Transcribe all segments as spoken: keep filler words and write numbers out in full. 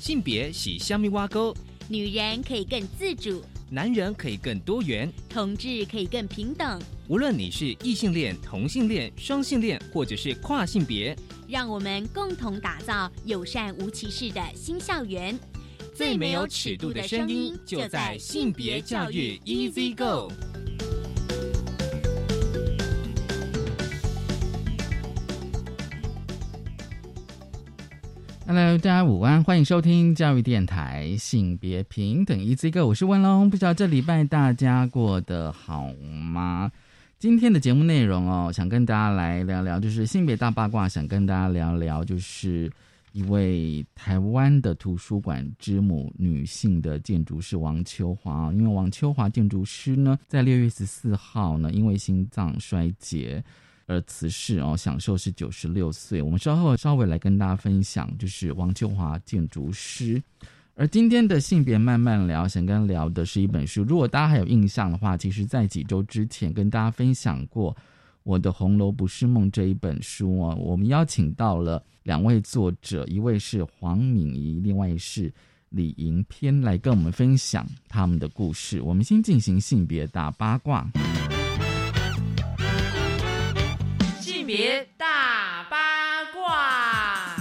性别是虾米挖沟， 女人可以更自主， 男人可以更多元， 同志可以更平等。 无论你是异性恋、同性恋、双性恋，或者是跨性别， 让我们共同打造友善无歧视的新校园。 最没有尺度的声音，就在性别教育 Easy Go。 Hello， 大家午安，欢迎收听教育电台性别平等 Easy Go， 我是文龙。不知道这礼拜大家过得好吗？今天的节目内容哦，想跟大家来聊聊，就是性别大八卦，想跟大家聊聊，就是一位台湾的图书馆之母女性的建筑师王秋华。因为王秋华建筑师呢，在六月十四号呢，因为心脏衰竭而辞世哦，享受是九十六岁。我们稍后稍微来跟大家分享，就是王秋华建筑师。而今天的性别慢慢聊，想跟聊的是一本书。如果大家还有印象的话，其实在几周之前跟大家分享过我的红楼不是梦这一本书哦，我们邀请到了两位作者，一位是黄敏仪，另外是李盈偏，来跟我们分享他们的故事。我们先进行性别大八卦。 性别大八卦。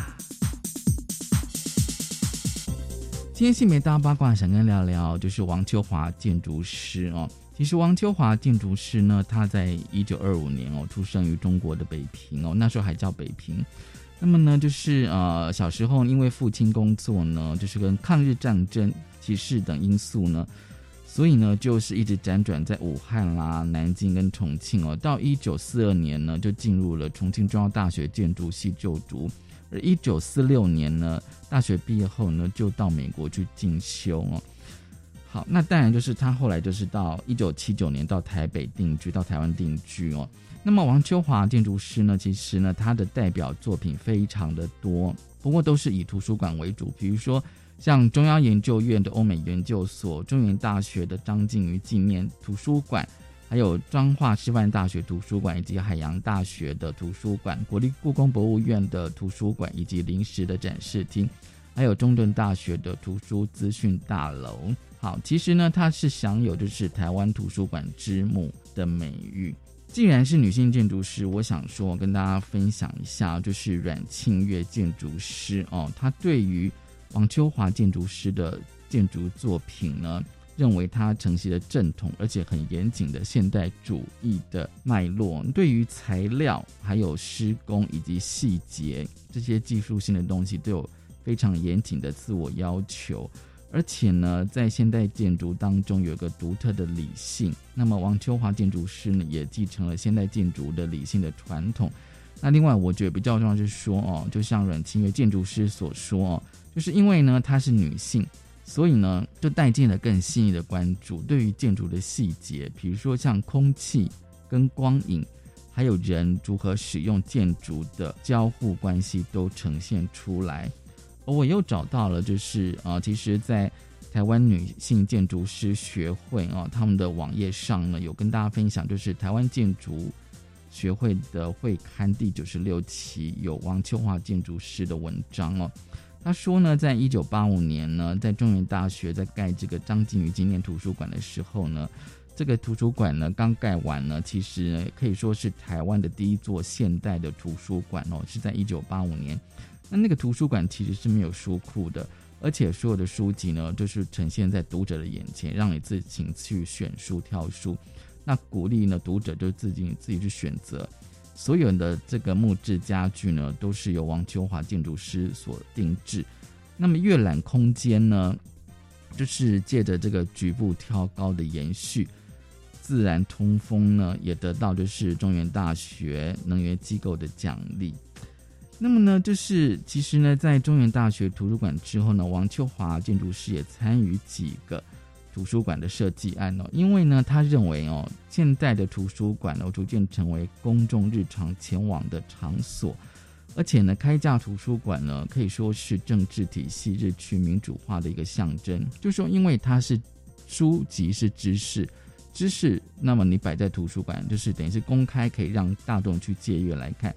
今天性别大八卦想跟聊聊，就是王秋华建筑师哦。其实王秋华建筑师呢，他在一九二五年哦，出生于中国的北平哦，那时候还叫北平。那么呢，就是呃小时候因为父亲工作呢，就是跟抗日战争、歧视等因素呢，所以呢，就是一直辗转在武汉啦、南京跟重庆哦。到一九四二年呢，就进入了重庆中央大学建筑系就读。而一九四六年呢，大学毕业后呢，就到美国去进修哦。好，那当然就是他后来就是到一九七九年到台北定居，到台湾定居哦。那么王秋华建筑师呢，其实呢，他的代表作品非常的多，不过都是以图书馆为主，比如说像中央研究院的欧美研究所、中原大学的张静瑜纪念图书馆，还有彰化师范大学图书馆，以及海洋大学的图书馆、国立故宫博物院的图书馆，以及临时的展示厅，还有中正大学的图书资讯大楼。好，其实呢，它是享有就是台湾图书馆之母的美誉。既然是女性建筑师，我想说跟大家分享一下，就是阮庆月建筑师哦，他对于王秋华建筑师的建筑作品呢，认为它承袭了正统而且很严谨的现代主义的脉络，对于材料还有施工以及细节这些技术性的东西都有非常严谨的自我要求。而且呢，在现代建筑当中有一个独特的理性，那么王秋华建筑师呢，也继承了现代建筑的理性的传统。那另外我觉得比较重要就是说哦，就像阮庆月建筑师所说哦，就是因为呢她是女性，所以呢就带进了更细腻的关注，对于建筑的细节，比如说像空气跟光影还有人如何使用建筑的交互关系都呈现出来。我又找到了就是啊、呃，其实在台湾女性建筑师学会啊、哦，他们的网页上呢有跟大家分享，就是台湾建筑学会的会刊第九十六期有王秋华建筑师的文章哦。他说呢，在一九八五年呢，在中原大学在盖这个张静瑜纪念图书馆的时候呢，这个图书馆呢刚盖完呢，其实呢可以说是台湾的第一座现代的图书馆哦，是在一九八五年。那那个图书馆其实是没有书库的，而且所有的书籍呢，就是呈现在读者的眼前，让你自行去选书挑书。那鼓励呢读者就自己自己去选择。所有的这个木质家具呢，都是由王秋华建筑师所定制。那么阅览空间呢，就是借着这个局部挑高的延续，自然通风呢，也得到就是中原大学能源机构的奖励。那么呢，就是其实呢，在中原大学图书馆之后呢，王秋华建筑师也参与几个图书馆的设计案哦。因为呢，他认为哦，现代的图书馆哦，逐渐成为公众日常前往的场所，而且呢，开架图书馆呢，可以说是政治体系日趋民主化的一个象征。就是说，因为它是书籍是知识，知识，那么你摆在图书馆，就是等于是公开，可以让大众去借阅来看。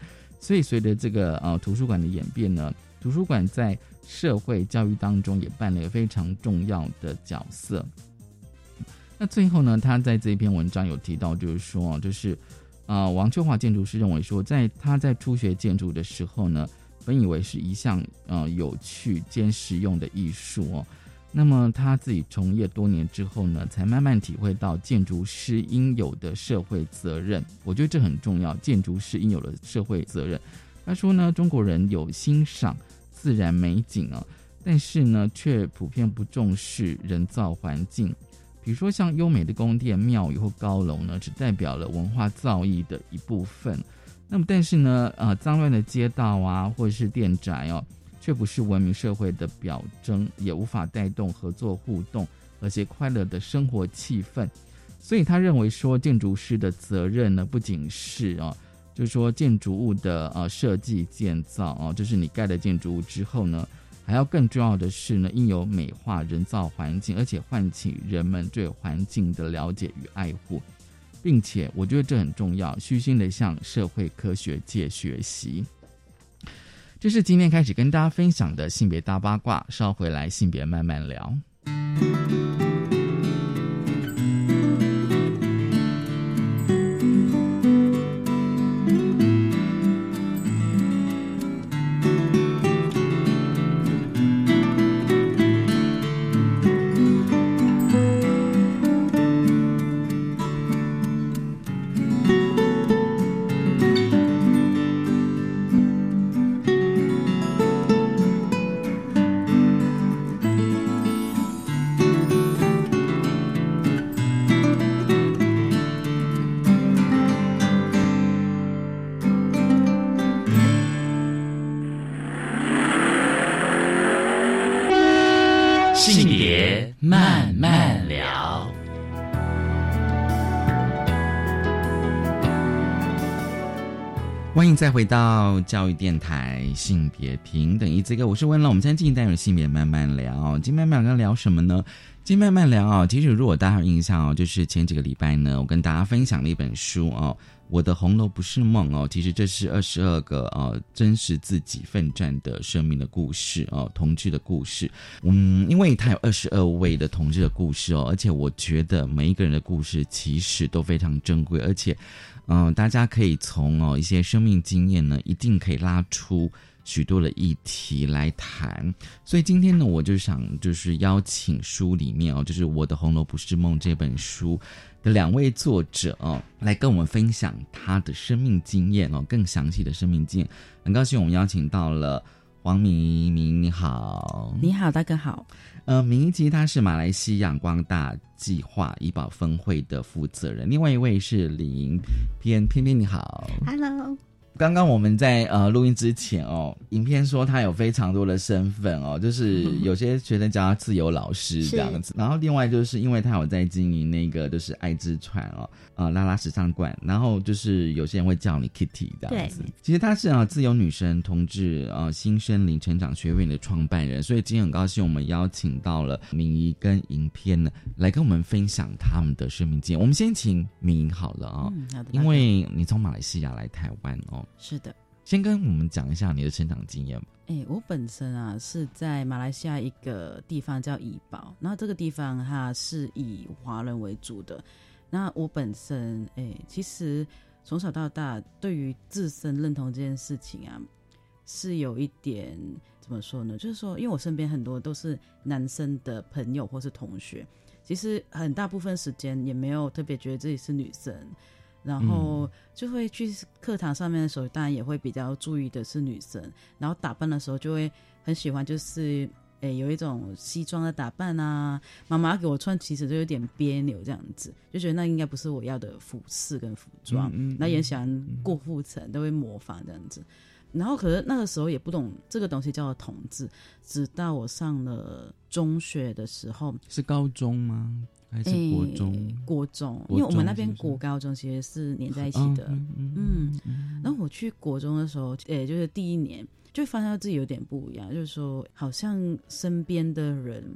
所以随着这个呃图书馆的演变呢，图书馆在社会教育当中也扮演了非常重要的角色。那最后呢，他在这篇文章有提到，就是说，就是呃，王秋华建筑师认为说，在他在初学建筑的时候呢，本以为是一项呃有趣兼实用的艺术哦。那么他自己从业多年之后呢，才慢慢体会到建筑师应有的社会责任。我觉得这很重要，建筑师应有的社会责任。他说呢，中国人有欣赏自然美景啊，但是呢，却普遍不重视人造环境。比如说像优美的宫殿、庙宇或高楼呢，只代表了文化造诣的一部分。那么但是呢，呃，脏乱的街道啊，或者是店宅哦，却不是文明社会的表征，也无法带动合作互动而且快乐的生活气氛。所以他认为说，建筑师的责任呢，不仅是哦，就是说建筑物的呃设计建造哦，就是你盖了建筑物之后呢，还要更重要的是呢，应有美化人造环境，而且唤起人们对环境的了解与爱护，并且我觉得这很重要，虚心的向社会科学界学习。这是今天开始跟大家分享的性别大八卦，稍回来性别慢慢聊。 性别慢慢聊。 欢迎再回到教育电台性别平等一这个，我是温乐。我们现在进行单元性别慢慢聊，今天慢慢聊聊什么呢？今天慢慢聊啊，其实如果大家有印象哦，就是前几个礼拜呢，我跟大家分享了一本书哦，我的红楼不是梦哦，其实这是二十二个呃真实自己奋战的生命的故事哦，同志的故事。嗯，因为它有二十二位的同志的故事哦，而且我觉得每一个人的故事其实都非常珍贵，而且嗯、呃，大家可以从哦一些生命经验呢，一定可以拉出许多的议题来谈。所以今天呢，我就想就是邀请书里面哦，就是《我的红楼不是梦》这本书的两位作者哦，来跟我们分享他的生命经验哦，更详细的生命经验。很高兴我们邀请到了黄明仪，明仪你好。 你好，大哥好。 呃，明仪其实他是马来西亚光大计划医保分会的负责人，另外一位是李银偏，偏偏你好。 Hello。 刚刚我们在呃录音之前哦，影片说他有非常多的身份哦，就是有些学生叫他自由老师这样子，然后另外就是因为他有在经营那个就是爱之船哦，呃拉拉时尚馆，然后就是有些人会叫你 Kitty 这样子。其实他是啊自由女神同志呃新生灵成长学院的创办人，所以今天很高兴我们邀请到了明仪跟影片呢来跟我们分享他们的生命经验。我们先请明仪好了啊、哦嗯，好的，因为你从马来西亚来台湾哦。 是的， 先跟我们讲一下你的成长经验吧。 欸、我本身啊是在马来西亚一个地方叫怡保，然后这个地方它是以华人为主的。那我本身欸、其实从小到大对于自身认同这件事情啊是有一点怎么说呢，就是说因为我身边很多都是男生的朋友或是同学，其实很大部分时间也没有特别觉得自己是女生，然后就会去课堂上面的时候当然也会比较注意的是女生，然后打扮的时候就会很喜欢就是诶有一种西装的打扮啊，妈妈给我穿其实就有点别扭这样子，就觉得那应该不是我要的服饰跟服装，嗯嗯，那也喜欢郭富城都会模仿这样子。然后可是那个时候也不懂这个东西叫做同志，直到我上了中学的时候。 是高中吗？还是国中？欸、 国中，因为我们那边国高中其实是连在一起的。嗯, 嗯, 嗯, 嗯然后我去国中的时候，欸、就是第一年就发现自己有点不一样，就是说好像身边的人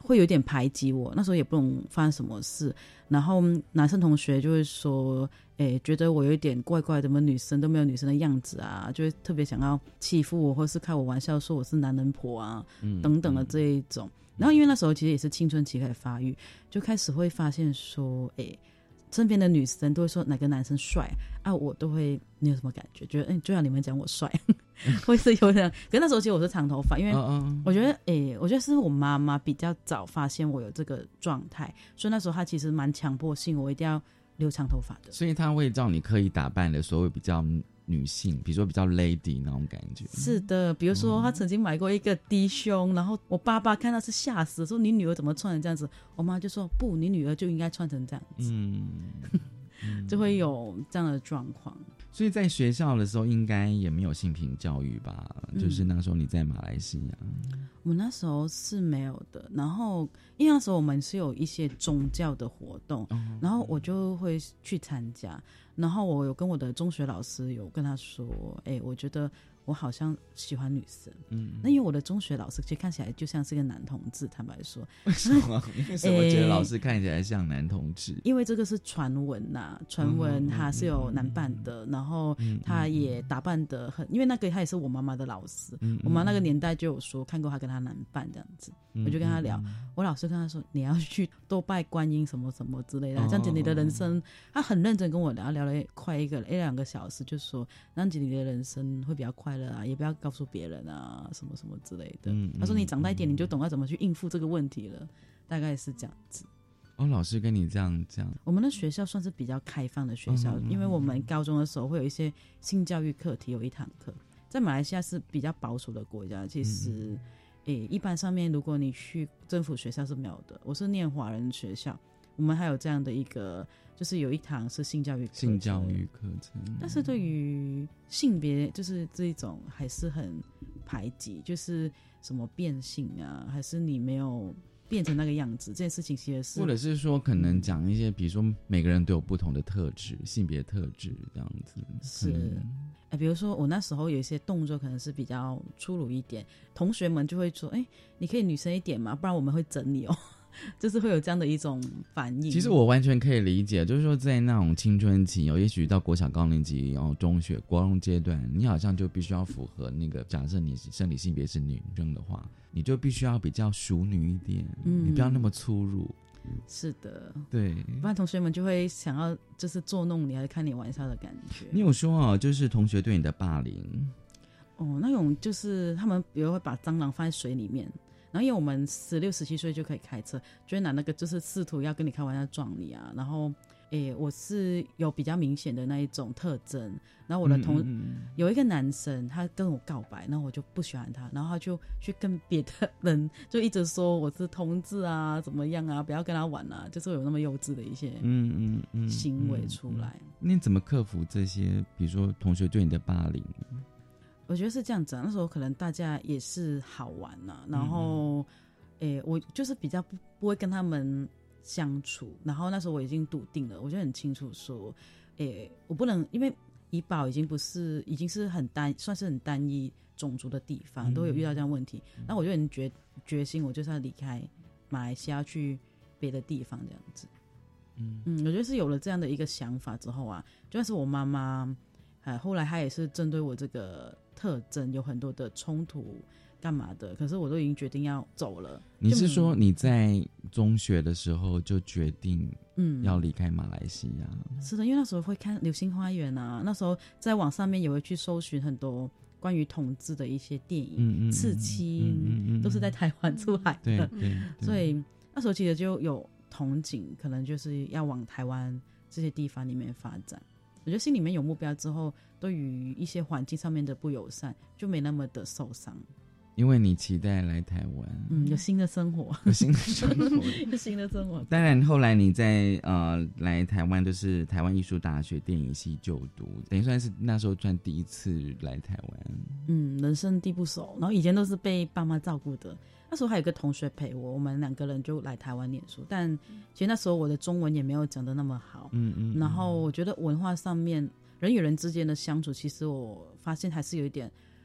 会有点排挤我，那时候也不懂发生什么事，然后男生同学就会说诶，觉得我有一点怪怪的，怎么女生都没有女生的样子啊，就会特别想要欺负我，或是开我玩笑说我是男人婆啊、嗯、等等的这一种、嗯、然后因为那时候其实也是青春期开始发育，就开始会发现说诶，身边的女生都会说哪个男生帅啊，我都会没有什么感觉，觉得哎，就像你们讲我帅会是有点，可是那时候其实我是长头发，因为我觉得哎，我觉得是我妈妈比较早发现我有这个状态，所以那时候她其实蛮强迫性我一定要留长头发的， 所以她会照你刻意打扮的所谓比较女性，比如说比较 lady 那种感觉。 是的，比如说她曾经买过一个低胸、嗯、然后我爸爸看到是吓死，说你女儿怎么穿成这样子，我妈就说不，你女儿就应该穿成这样子。嗯就会有这样的状况。 所以在学校的时候应该也没有性平教育吧、嗯、就是那时候你在马来西亚。 我们那时候是没有的，然后因为那时候我们是有一些宗教的活动、嗯、然后我就会去参加，然后我有跟我的中学老师有跟他说哎、欸，我觉得我好像喜欢女生，嗯，那因为我的中学老师其实看起来就像是个男同志，坦白说。 为什么？为什么觉得老师看起来像男同志？欸、 因为这个是传闻呐，传闻他是有男扮的、嗯，然后他也打扮的很，因为那个他也是我妈妈的老师，嗯、我妈那个年代就有说看过他跟他男扮这样子、嗯，我就跟他聊，嗯、我老师跟他说你要去多拜观音什么什么之类的，这样子你的人生，他很认真跟我聊，聊了快一个一两个小时，就说这样子你的人生会比较快乐啊，也不要告诉别人啊，什么什么之类的。嗯、他说你长大一点，你就懂要怎么去应付这个问题了，大概是这样子。 哦，老师跟你这样讲， 我们的学校算是比较开放的学校、嗯，因为我们高中的时候会有一些性教育课题，有一堂课。在马来西亚是比较保守的国家，其实，嗯诶，一般上面如果你去政府学校是没有的。我是念华人学校，我们还有这样的一个，就是有一堂是性教育课程， 性教育课程， 但是对于性别就是这一种还是很排挤，就是什么变性啊，还是你没有变成那个样子，这件事情其实是， 或者是说可能讲一些，比如说每个人都有不同的特质，性别特质这样子， 是。欸、比如说我那时候有一些动作可能是比较粗鲁一点，同学们就会说哎、欸，你可以女生一点嘛，不然我们会整你哦，就是会有这样的一种反应。 其实我完全可以理解，就是说在那种青春期哦，也许到国小高年级然后中学国中阶段，你好像就必须要符合那个，假设你生理性别是女生的话，你就必须要比较淑女一点、嗯、你不要那么粗鲁。 是的， 对， 不然同学们就会想要就是捉弄你，还是开你玩笑的感觉。 你有说哦，就是同学对你的霸凌哦，那种就是他们比如会把蟑螂放在水里面，然后因为我们十六十七岁就可以开车，就会拿那个就是试图要跟你开玩笑撞你啊，然后诶，我是有比较明显的那一种特征，然后我的同、嗯嗯、有一个男生他跟我告白，然后我就不喜欢他，然后他就去跟别的人就一直说我是同志啊怎么样啊，不要跟他玩啊，就是有那么幼稚的一些嗯嗯行为出来、嗯嗯嗯、 你怎么克服这些比如说同学对你的霸凌？ 我觉得是这样子啊，那时候可能大家也是好玩啊，然后诶、嗯，我就是比较 不, 不会跟他们相处，然后那时候我已经笃定了，我就很清楚说诶，我不能，因为怡保已经不是已经是很单算是很单一种族的地方、嗯、都有遇到这样的问题，那、嗯、我就很决决心我就是要离开马来西亚去别的地方这样子。嗯嗯，我觉得是有了这样的一个想法之后啊，就算是我妈妈呃后来她也是针对我这个特征有很多的冲突干嘛的，可是我都已经决定要走了。 你是说你在中学的时候就决定要离开马来西亚、 嗯、是的，因为那时候会看流星花园啊，那时候在网上面也会去搜寻很多关于同志的一些电影，嗯嗯刺青、嗯嗯嗯、都是在台湾出来的， 对对对， 所以那时候其实就有憧憬，可能就是要往台湾这些地方里面发展。我觉得心里面有目标之后，对于一些环境上面的不友善就没那么的受伤， 因为你期待来台湾， 嗯，有新的生活， 有新的生活， 有新的生活。 当然，后来你在呃来台湾，就是台湾艺术大学电影系就读，等于算是那时候算第一次来台湾。 嗯，人生地不熟，然后以前都是被爸妈照顾的。那时候还有一个同学陪我，我们两个人就来台湾念书。但其实那时候我的中文也没有讲得那么好，嗯 嗯, 嗯。然后我觉得文化上面人与人之间的相处，其实我发现还是有一点。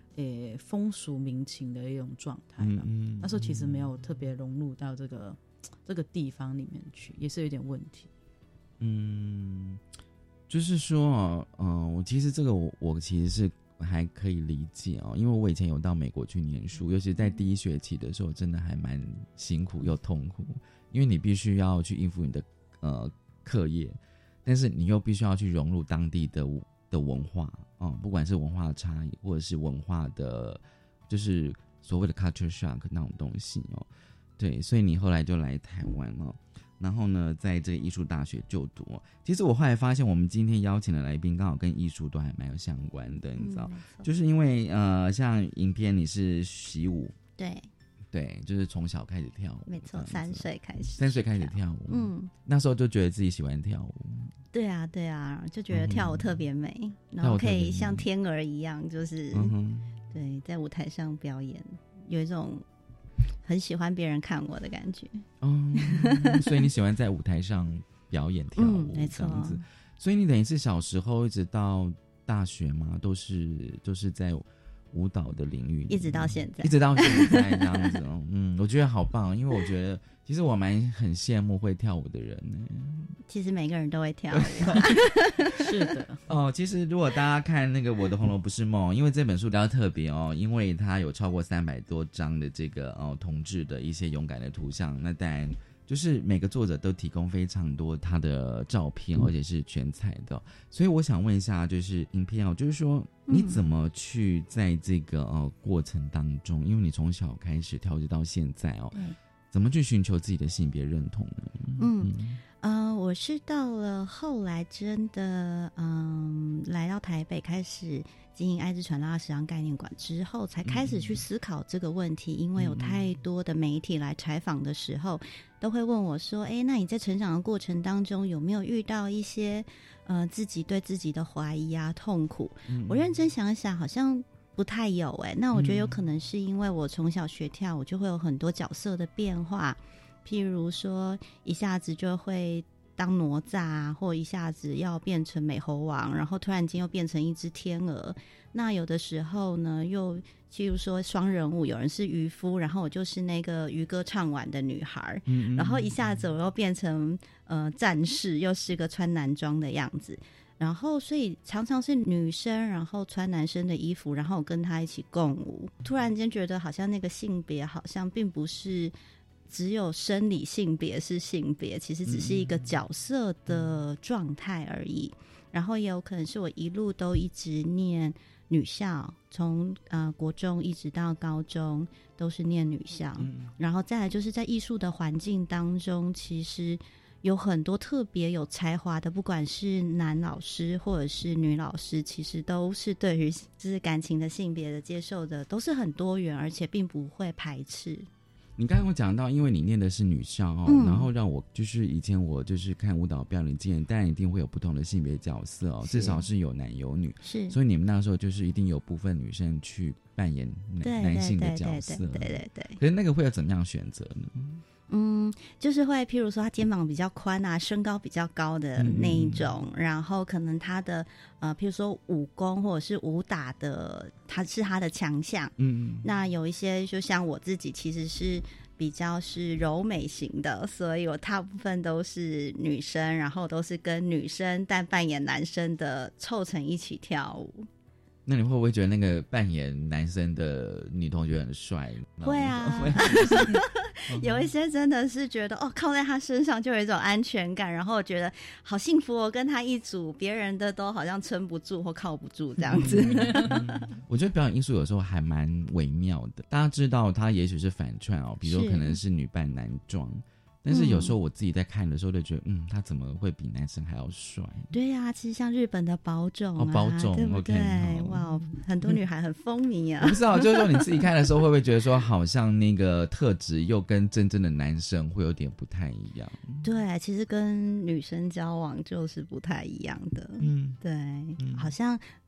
诶风俗民情的一种状态吧。嗯嗯，那时候其实没有特别融入到这个这个地方里面去，也是有点问题。 嗯，就是说，嗯、呃，我其实这个我我其实是还可以理解哦，因为我以前有到美国去念书，尤其在第一学期的时候，真的还蛮辛苦又痛苦，因为你必须要去应付你的呃课业，但是你又必须要去融入当地的的文化，嗯，不管是文化的差异，或者是文化的，就是所谓的 culture shock 那种东西哦。对，所以你后来就来台湾哦，然后呢，在这个艺术大学就读。其实我后来发现，我们今天邀请的来宾刚好跟艺术都还蛮有相关的，你知道，嗯、就是因为呃，像影片你是习舞， 对。 对，就是从小开始跳舞， 没错，三岁开始， 三岁开始跳舞，嗯，那时候就觉得自己喜欢跳舞， 对啊，对啊，就觉得跳舞特别美，嗯、然后可以像天鹅一样，就是、嗯、对，在舞台上表演，有一种很喜欢别人看我的感觉，嗯， 所以你喜欢在舞台上表演跳舞， 嗯、没错， 这样子，所以你等于是小时候一直到大学嘛，都是都是在舞蹈的领域， 一直到现在， 一直到现在这样子哦，嗯，我觉得好棒，因为我觉得其实我蛮很羡慕会跳舞的人呢。 其实每个人都会跳舞， 是的哦。其实如果大家看那个《我的红楼不是梦》，因为这本书比较特别哦，因为它有超过三百多张的这个哦同志的一些勇敢的图像，那当然。就是每个作者都提供非常多他的照片，而且是全彩的、哦，所以我想问一下，就是影片哦，就是说你怎么去在这个呃过程当中，因为你从小开始跳舞到现在哦，怎么去寻求自己的性别认同呢？ 嗯。嗯呃，我是到了后来真的，嗯，来到台北开始经营爱之船拉时尚概念馆之后，才开始去思考这个问题。嗯、因为有太多的媒体来采访的时候，都会问我说：“哎，那你在成长的过程当中有没有遇到一些呃自己对自己的怀疑啊、痛苦？”嗯、我认真想想，好像不太有哎、欸。那我觉得有可能是因为我从小学跳舞，就会有很多角色的变化。譬如说一下子就会当哪吒啊，或一下子要变成美猴王，然后突然间又变成一只天鹅。那有的时候呢又譬如说双人舞，有人是渔夫，然后我就是那个渔歌唱完的女孩，嗯嗯，然后一下子我又变成呃战士，又是个穿男装的样子，然后所以常常是女生然后穿男生的衣服，然后我跟他一起共舞，突然间觉得好像那个性别好像并不是只有生理性别是性别，其实只是一个角色的状态而已、嗯、然后也有可能是我一路都一直念女校，从呃国中一直到高中都是念女校、嗯、然后再来就是在艺术的环境当中，其实有很多特别有才华的，不管是男老师或者是女老师，其实都是对于就是感情的性别的接受的都是很多元，而且并不会排斥。 你刚刚有讲到，因为你念的是女校哦、嗯，然后让我就是以前我就是看舞蹈表演经验，当然一定会有不同的性别角色哦，至少是有男有女， 是， 所以你们那时候就是一定有部分女生去扮演 男, 男性的角色， 对对 对, 对, 对, 对, 对。 可是那个会有怎么样选择呢？ 嗯，就是会譬如说他肩膀比较宽啊，身高比较高的那一种、嗯、然后可能他的呃譬如说武功或者是武打的他是他的强项，嗯，那有一些就像我自己其实是比较是柔美型的，所以我大部分都是女生，然后都是跟女生但扮演男生的凑成一起跳舞。 那你会不会觉得那个扮演男生的女同学很帅？ 会啊，有一些真的是觉得哦，靠在他身上就有一种安全感，然后我觉得好幸福哦，跟他一组，别人的都好像撑不住或靠不住这样子。 嗯、我觉得表演艺术有时候还蛮微妙的，大家知道他也许是反串哦，比如说可能是女扮男装。但是有时候我自己在看的时候就觉得，嗯，他怎么会比男生还要帅？ 对啊，其实像日本的宝冢啊， 哦、宝冢对不对？ okay, 哇，很多女孩很风靡啊。 我不知道，就是说你自己看的时候，会不会觉得说，好像那个特质又跟真正的男生会有点不太一样？ 对，其实跟女生交往就是不太一样的。嗯，对，嗯、好像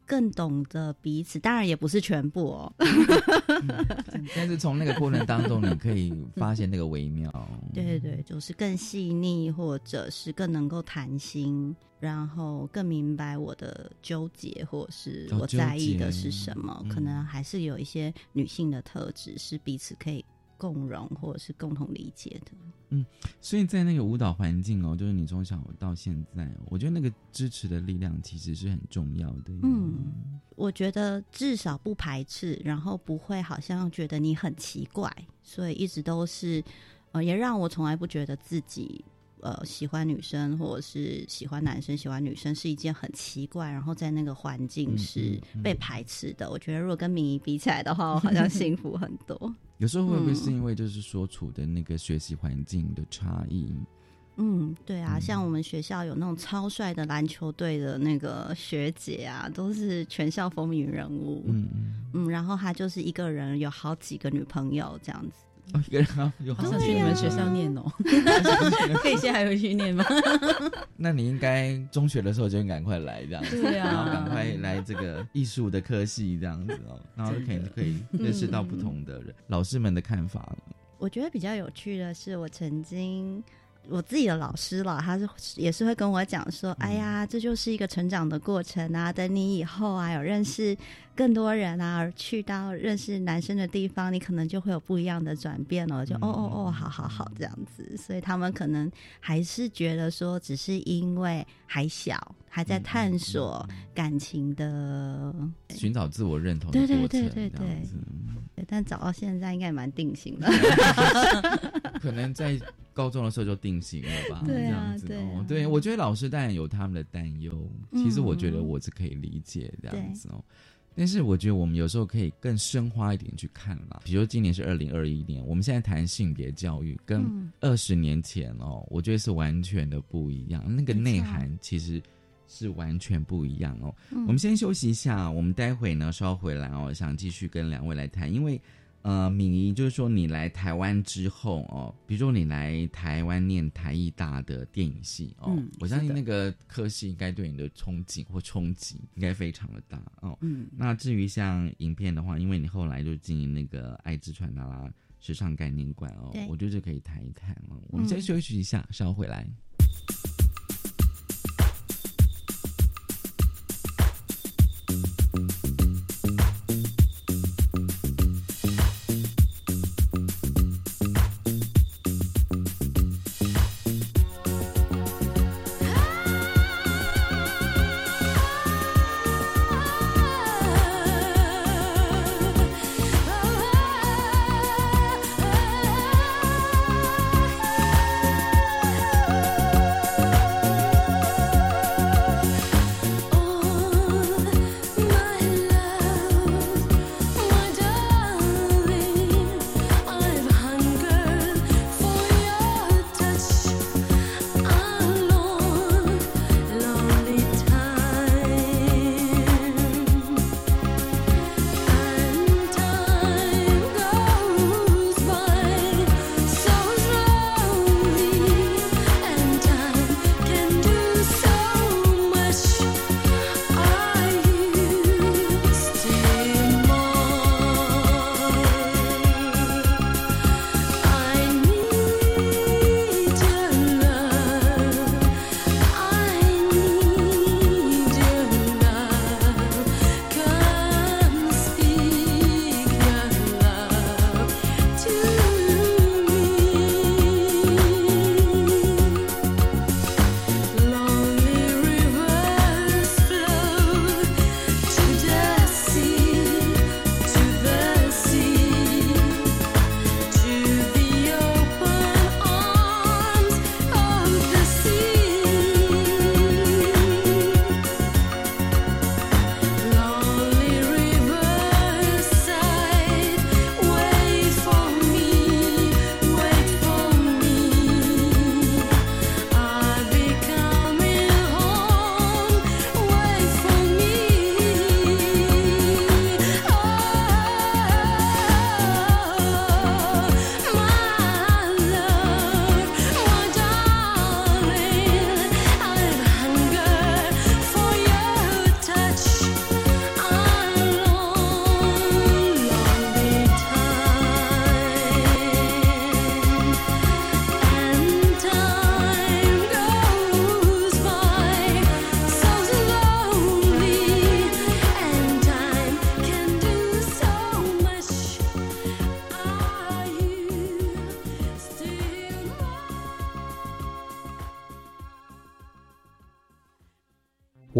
更懂得彼此，当然也不是全部哦。 但是从那个过程当中，你可以发现那个微妙。 对对对，就是更细腻，或者是更能够谈心，然后更明白我的纠结，或者是我在意的是什么。 哦、 可能还是有一些女性的特质是彼此可以共融或者是共同理解的。 嗯，所以在那个舞蹈环境哦，就是你从小到现在，我觉得那个支持的力量其实是很重要的。 嗯，我觉得至少不排斥，然后不会好像觉得你很奇怪，所以一直都是，呃，也让我从来不觉得自己呃喜欢女生或者是喜欢男生喜欢女生是一件很奇怪，然后在那个环境是被排斥的。嗯嗯、我觉得如果跟明仪比起来的话，我好像幸福很多。 有时候会不会是因为就是所处的那个学习环境的差异？ 嗯，对啊，像我们学校有那种超帅的篮球队的那个学姐啊，都是全校风云人物。嗯嗯，然后他就是一个人有好几个女朋友这样子。 哦，一个人有好想去你们学校念哦，可以先还回去念吗？ 那你应该中学的时候就赶快来这样子， 对啊， 然后赶快来这个艺术的科系这样子哦，然后可以可以认识到不同的人。嗯、老师们的看法， 我觉得比较有趣的是，我曾经。我自己的老师了，他是也是会跟我讲说，哎呀，这就是一个成长的过程啊，等你以后啊有认识更多人啊，而去到认识男生的地方，你可能就会有不一样的转变哦，就、嗯、哦哦哦，好好好这样子。所以他们可能还是觉得说，只是因为还小，还在探索感情的， 寻找自我认同的过程，对对对对对。 对，但找到现在应该也蛮定型的， 可能在高中的时候就定型了吧？ 对啊， 这样子对啊， 对，我觉得老师当然有他们的担忧， 嗯、 其实我觉得我是可以理解这样子哦。但是我觉得我们有时候可以更深化一点去看啦，比如说今年是二零二一年，我们现在谈性别教育，跟二十年前哦，我觉得是完全的不一样，那个内涵其实是完全不一样哦。嗯、我们先休息一下，我们待会呢稍回来哦，想继续跟两位来谈，因为呃，敏仪就是说你来台湾之后哦，比如说你来台湾念台艺大的电影系哦，嗯、我相信那个科系应该对你的憧憬或冲击应该非常的大哦。嗯，那至于像影片的话，因为你后来就经营那个爱之传达啦时尚概念馆哦，我觉得就可以谈一谈哦。我们先休息一下，嗯、稍回来。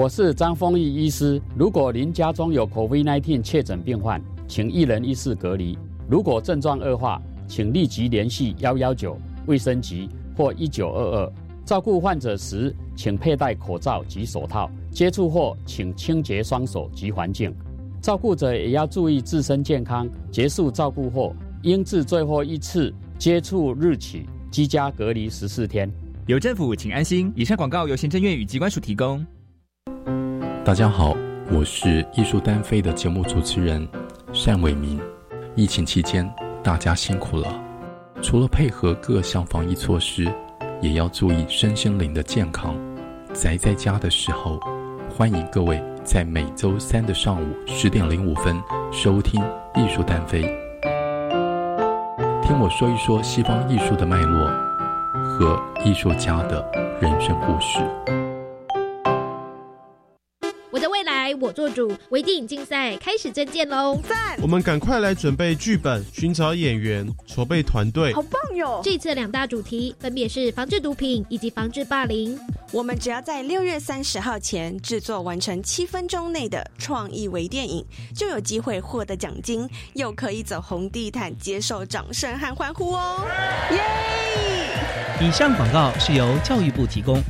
我是张丰毅医师。如果您家中有 COVID 十九 确诊病患，请一人一室隔离。如果症状恶化，请立即联系一一九卫生局或一九二二。照顾患者时，请佩戴口罩及手套，接触后请清洁双手及环境。照顾者也要注意自身健康，结束照顾后，应自最后一次接触日起居家隔离十四天。 有政府，请安心。以上广告由行政院与疾管署提供。 大家好，我是艺术单飞的节目主持人单伟民。疫情期间，大家辛苦了。除了配合各项防疫措施，也要注意身心灵的健康。宅在家的时候，欢迎各位在每周三的上午十点零五分收听艺术单飞，听我说一说西方艺术的脉络和艺术家的人生故事。 我的未来我做主，微电影竞赛开始征件喽！ 赞！我们赶快来准备剧本，寻找演员，筹备团队。 好棒哟！ 这次两大主题分别是防治毒品以及防治霸凌。 我们只要在六月三十号前制作完成七分钟内的创意微电影，就有机会获得奖金，又可以走红地毯，接受掌声和欢呼哦！耶！ 以上广告是由教育部提供。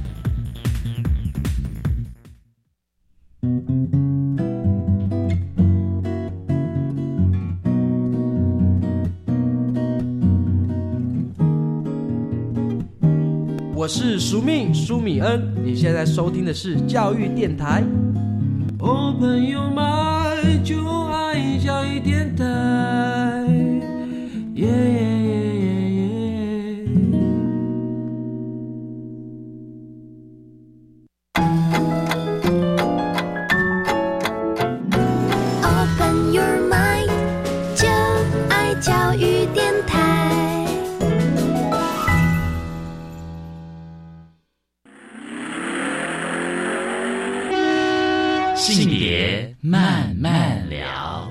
我是苏命苏米恩，你现在收听的是教育电台。哦，朋友们就爱教育电台，耶耶耶耶耶。 Open your mind， 就爱教育电台。 性别慢慢聊。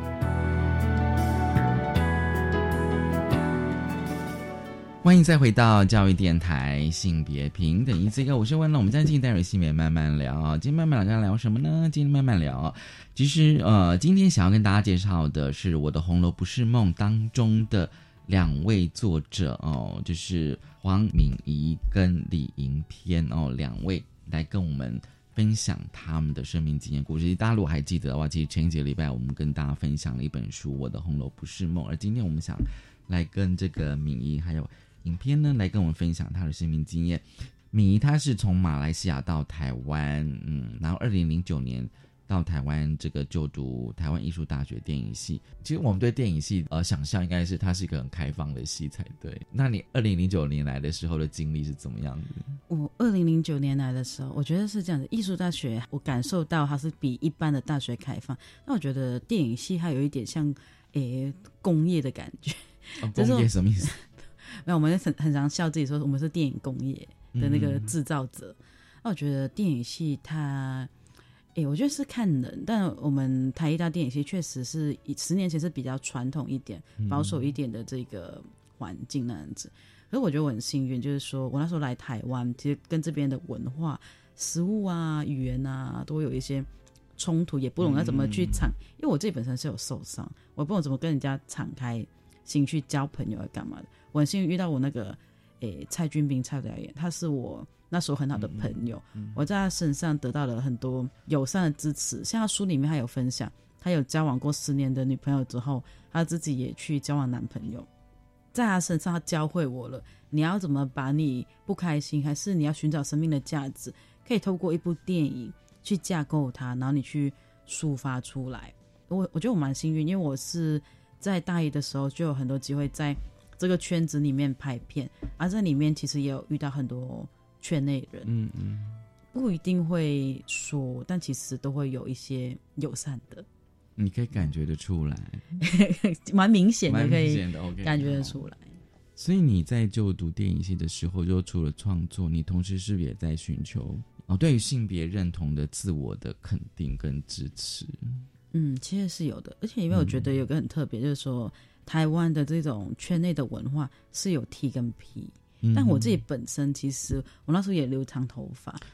欢迎再回到教育电台性别平等一这个，我是问了我们将近待会性别慢慢聊啊。今天慢慢聊要聊什么呢？今天慢慢聊，其实呃，今天想要跟大家介绍的是我的红楼不是梦当中的两位作者哦，就是黄敏仪跟李盈偏哦，两位来跟我们分享他们的生命经验故事。大家如果还记得的话，其实前一节礼拜我们跟大家分享了一本书《我的红楼不是梦》，而今天我们想来跟这个敏仪还有影片呢来跟我们分享他的生命经验。敏仪他是从马来西亚到台湾，嗯，然后二零零九年到台湾这个就读台湾艺术大学电影系。其实我们对电影系呃想象应该是它是一个很开放的系才对。那你二零零九年来的时候的经历是怎么样子？ 我二零零九年来的时候，我觉得是这样的，艺术大学我感受到它是比一般的大学开放。那我觉得电影系它有一点像诶工业的感觉。 哦、工业什么意思？ 没有，我们很很常笑自己说我们是电影工业的那个制造者。那、嗯、我觉得电影系它，诶，我觉得是看人，但我们台艺大电影系确实是十年前是比较传统一点、保守一点的这个环境那样子。可是我觉得我很幸运，就是说我那时候来台湾，其实跟这边的文化、食物啊、语言啊，都有一些冲突，也不懂要怎么去敞、嗯。因为我自己本身是有受伤，我不懂怎么跟人家敞开心去交朋友，要干嘛的。我很幸运遇到我那个诶蔡君斌蔡导演，他是我那时候很好的朋友、嗯嗯、我在他身上得到了很多友善的支持。像他书里面他有分享，他有交往过十年的女朋友之后，他自己也去交往男朋友，在他身上他教会我了你要怎么把你不开心还是你要寻找生命的价值，可以透过一部电影去架构它，然后你去抒发出来。我我觉得我蛮幸运，因为我是在大一的时候就有很多机会在这个圈子里面拍片，而在里面其实也有遇到很多圈内人，嗯嗯，不一定会说，但其实都会有一些友善的， 你可以感觉得出来， 蛮明显的，可以感觉得出来。 所以你在就读电影系的时候，就除了创作，你同时是不是也在寻求哦对于性别认同的自我的肯定跟支持？ 嗯，其实是有的，而且因为我觉得有个很特别、嗯，就是说台湾的这种圈内的文化是有 T 跟 P，、嗯、但我自己本身其实我那时候也留长头发，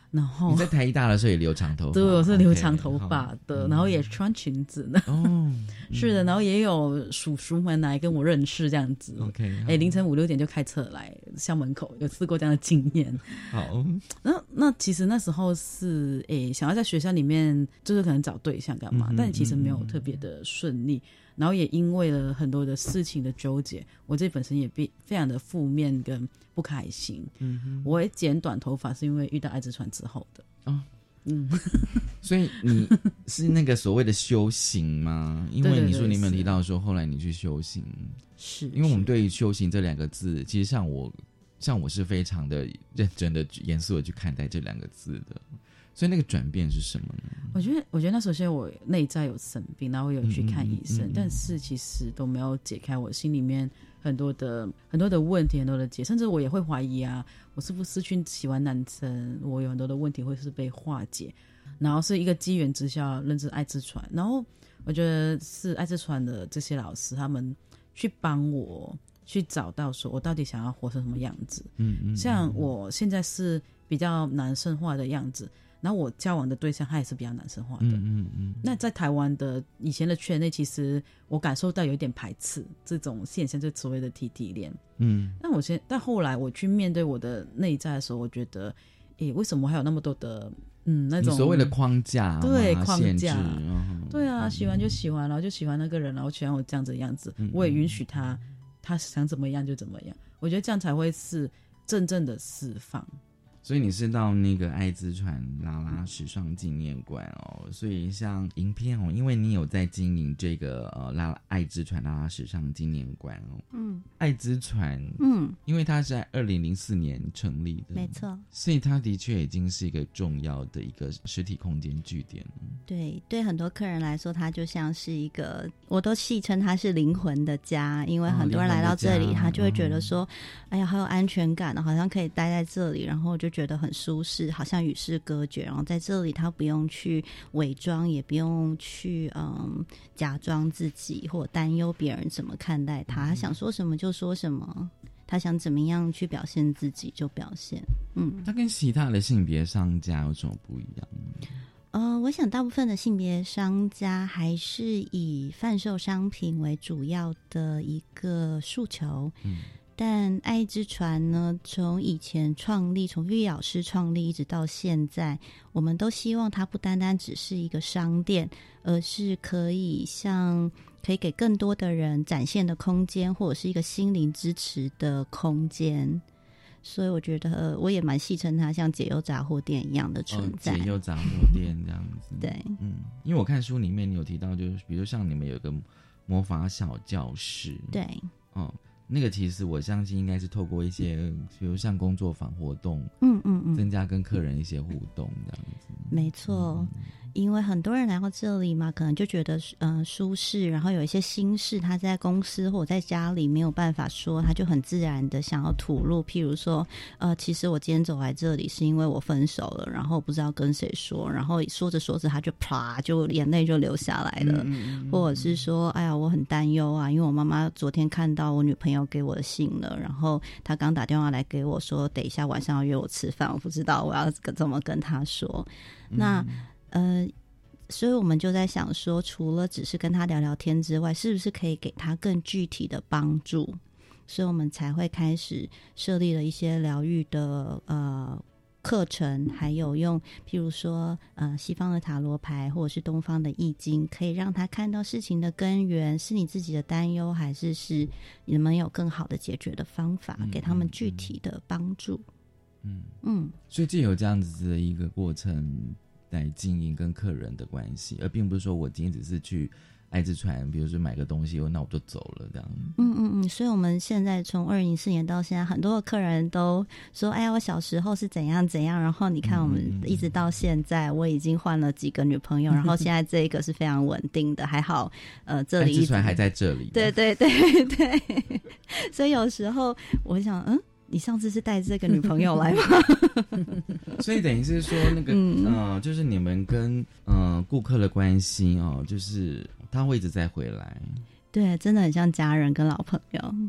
然后你在台艺大的时候也留长头发？ 对，我是留长头发的， okay, 然后也穿裙子的。哦，是的，然后也有叔叔们来跟我认识这样子。 OK， 哎，凌晨五六点就开车来校门口，有试过这样的经验。 好， 那那其实那时候是哎想要在学校里面就是可能找对象干嘛，嗯、但其实没有特别的顺利。然后也因为了很多的事情的纠结，我自己本身也非常的负面跟不开心。嗯，我也剪短头发是因为遇到艾滋传之后的。哦，嗯， 所以你是那个所谓的修行吗？因为你说你有没有提到说后来你去修行？ 是， 因为我们对于修行这两个字，其实像我，像我是非常的认真的、严肃的去看待这两个字的。所以那个转变是什么呢？ 我觉得，我觉得那首先我内在有生病，然后我有去看医生，嗯嗯嗯嗯，但是其实都没有解开我心里面很多的很多的问题，很多的结，甚至我也会怀疑啊，我是不是失去喜欢男生？我有很多的问题会是被化解，然后是一个机缘之下认识艾滋传，然后我觉得是艾滋传的这些老师，他们去帮我去找到说我到底想要活成什么样子。嗯 嗯, 嗯，像我现在是比较男生化的样子。然后我交往的对象他也是比较男生化的，嗯嗯嗯。那在台湾的以前的圈内，其实我感受到有点排斥这种现象，就所谓的 T T 恋。嗯。那我先，但后来我去面对我的内在的时候，我觉得，诶，为什么还有那么多的嗯那种所谓的框架？ 对，框架。 嗯、 对啊，喜欢就喜欢，然后就喜欢那个人，然后喜欢我这样子的样子，嗯、我也允许他，他想怎么样就怎么样。我觉得这样才会是真正的释放。 所以你是到那个艾滋传拉拉时尚纪念馆哦，所以像影片哦，因为你有在经营这个呃拉艾滋传拉拉时尚纪念馆哦，嗯，艾滋传，嗯，因为它是在二零零四年成立的， 没错， 所以它的确已经是一个重要的一个实体空间据点。 对，对很多客人来说，它就像是一个，我都戏称它是灵魂的家，因为很多人来到这里，哦、他就会觉得说，嗯、哎呀，好有安全感，好像可以待在这里，然后就觉得很舒适，好像与世隔绝。然后在这里，他不用去伪装，也不用去嗯假装自己，或担忧别人怎么看待他。他想说什么就说什么，他想怎么样去表现自己就表现。嗯， 他跟其他的性别商家有什么不一样？ 呃，我想大部分的性别商家还是以贩售商品为主要的一个诉求。嗯。但艾滋传呢，从以前创立，从玉老师创立一直到现在，我们都希望它不单单只是一个商店，而是可以像可以给更多的人展现的空间，或者是一个心灵支持的空间。所以我觉得、呃、我也蛮戏称它像解忧杂货店一样的存在。 哦、解忧杂货店这样子。 对， 嗯，因为我看书里面你有提到，就是比如像你们有一个魔法小教室。 对， 哦。那个其实我相信应该是透过一些比如像工作坊活动， 嗯嗯嗯， 增加跟客人一些互动这样子。 没错、嗯、因为很多人来到这里嘛，可能就觉得呃舒适，然后有一些心事他在公司或者在家里没有办法说，他就很自然的想要吐露。譬如说呃其实我今天走来这里是因为我分手了，然后不知道跟谁说，然后说着说着他就啪就眼泪就流下来了。嗯嗯嗯，或者是说哎呀我很担忧啊，因为我妈妈昨天看到我女朋友给我的信了，然后她刚打电话来给我说等一下晚上要约我吃饭，我不知道我要怎么跟她说。嗯、那呃所以我们就在想说，除了只是跟他聊聊天之外，是不是可以给他更具体的帮助，所以我们才会开始设立了一些疗愈的呃课程，还有用譬如说呃西方的塔罗牌或者是东方的易经，可以让他看到事情的根源是你自己的担忧，还是是你们有更好的解决的方法，嗯、给他们具体的帮助。 嗯嗯，所以就有这样子的一个过程来经营跟客人的关系，而并不是说我今天只是去艾滋传，比如说买个东西，那我就走了这样。 嗯嗯嗯，所以我们现在从二零零四年到现在，很多的客人都说，哎呀，我小时候是怎样怎样，然后你看我们一直到现在，我已经换了几个女朋友，然后现在这一个是非常稳定的，还好，呃，这里艾滋传还在这里。 对对对对，所以有时候我想，嗯。你上次是带这个女朋友来吗？ 所以等于是说那个嗯、呃，就是你们跟呃顾客的关系哦，就是他会一直再回来。 对，真的很像家人跟老朋友。